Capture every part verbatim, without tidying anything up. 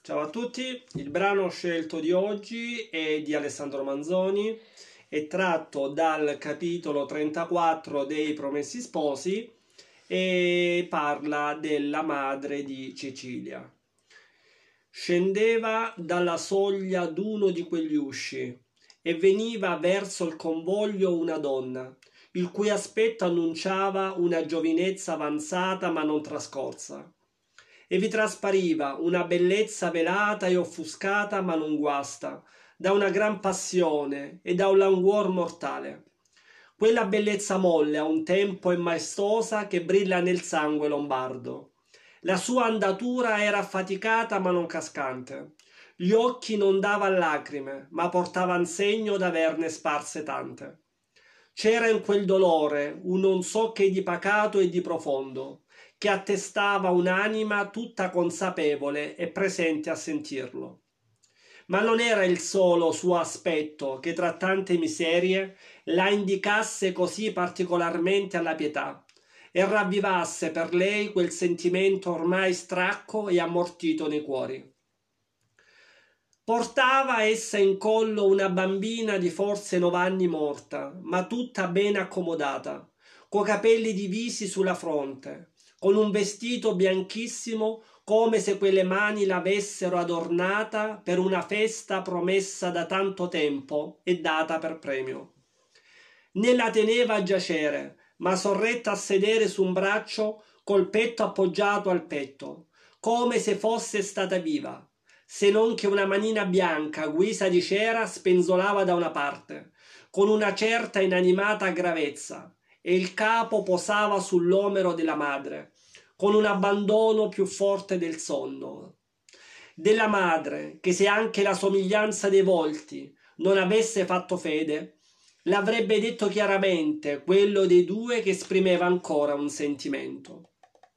Ciao a tutti, il brano scelto di oggi è di Alessandro Manzoni, è tratto dal capitolo trentaquattro dei Promessi Sposi e parla della madre di Cecilia. Scendeva dalla soglia d'uno di quegli usci e veniva verso il convoglio una donna, il cui aspetto annunciava una giovinezza avanzata ma non trascorsa. E vi traspariva una bellezza velata e offuscata ma non guasta, da una gran passione e da un languor mortale. Quella bellezza molle a un tempo e maestosa che brilla nel sangue lombardo. La sua andatura era affaticata ma non cascante. Gli occhi non davan lacrime, ma portavan segno d'averne sparse tante. C'era in quel dolore un non so che di pacato e di profondo, che attestava un'anima tutta consapevole e presente a sentirlo. Ma non era il solo suo aspetto che tra tante miserie la indicasse così particolarmente alla pietà e ravvivasse per lei quel sentimento ormai stracco e ammortito nei cuori. Portava essa in collo una bambina di forse nove anni morta, ma tutta bene accomodata, coi capelli divisi sulla fronte, con un vestito bianchissimo come se quelle mani l'avessero adornata per una festa promessa da tanto tempo e data per premio. Né la teneva a giacere, ma sorretta a sedere su un braccio col petto appoggiato al petto, come se fosse stata viva, se non che una manina bianca a guisa di cera spenzolava da una parte, con una certa inanimata gravezza, e il capo posava sull'omero della madre, con un abbandono più forte del sonno. Della madre, che se anche la somiglianza dei volti non avesse fatto fede, l'avrebbe detto chiaramente quello dei due che esprimeva ancora un sentimento.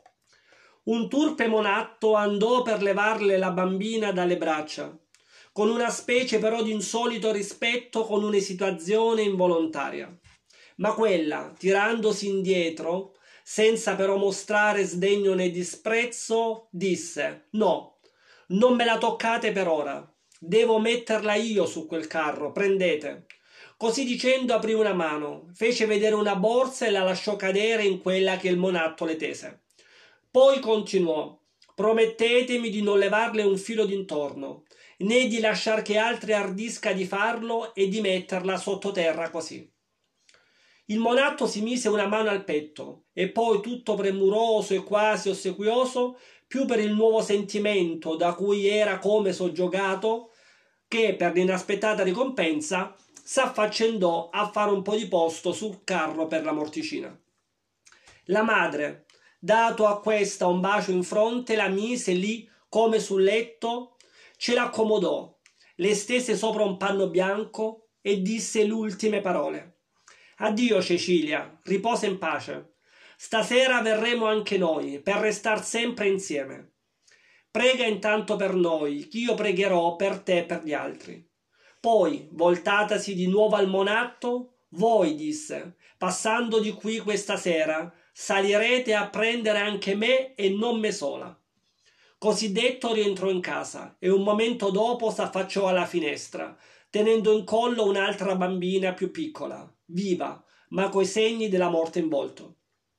Un turpe monatto andò per levarle la bambina dalle braccia, con una specie però di insolito rispetto, con un'esitazione involontaria. Ma quella, tirandosi indietro, senza però mostrare sdegno né disprezzo, disse: «No, non me la toccate per ora, devo metterla io su quel carro, prendete». Così dicendo aprì una mano, fece vedere una borsa e la lasciò cadere in quella che il monatto le tese. Poi continuò: «Promettetemi di non levarle un filo d'intorno, né di lasciar che altri ardisca di farlo e di metterla sottoterra così». Il monatto si mise una mano al petto e poi, tutto premuroso e quasi ossequioso, più per il nuovo sentimento da cui era come soggiogato che per l'inaspettata ricompensa, s'affaccendò a fare un po' di posto sul carro per la morticina. La madre, dato a questa un bacio in fronte, la mise lì come sul letto, ce l'accomodò, le stese sopra un panno bianco e disse le ultime parole. «Addio Cecilia, riposa in pace. Stasera verremo anche noi per restar sempre insieme. Prega intanto per noi, che io pregherò per te e per gli altri». Poi, voltatasi di nuovo al monatto, «Voi», disse, «passando di qui questa sera, salirete a prendere anche me e non me sola». Così detto rientrò in casa e un momento dopo s'affacciò alla finestra, tenendo in collo un'altra bambina più piccola, viva, ma coi segni della morte in volto.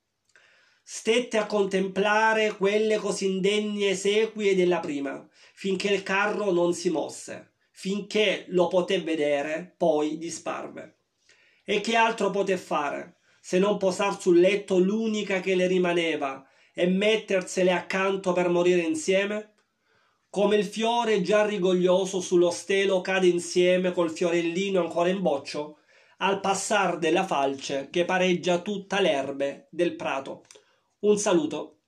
Stette a contemplare quelle così indegne esequie della prima, finché il carro non si mosse, finché lo poté vedere, poi disparve. E che altro poté fare, se non posar sul letto l'unica che le rimaneva e mettersele accanto per morire insieme? Come il fiore già rigoglioso sullo stelo cade insieme col fiorellino ancora in boccio, al passar della falce che pareggia tutta l'erbe del prato. Un saluto.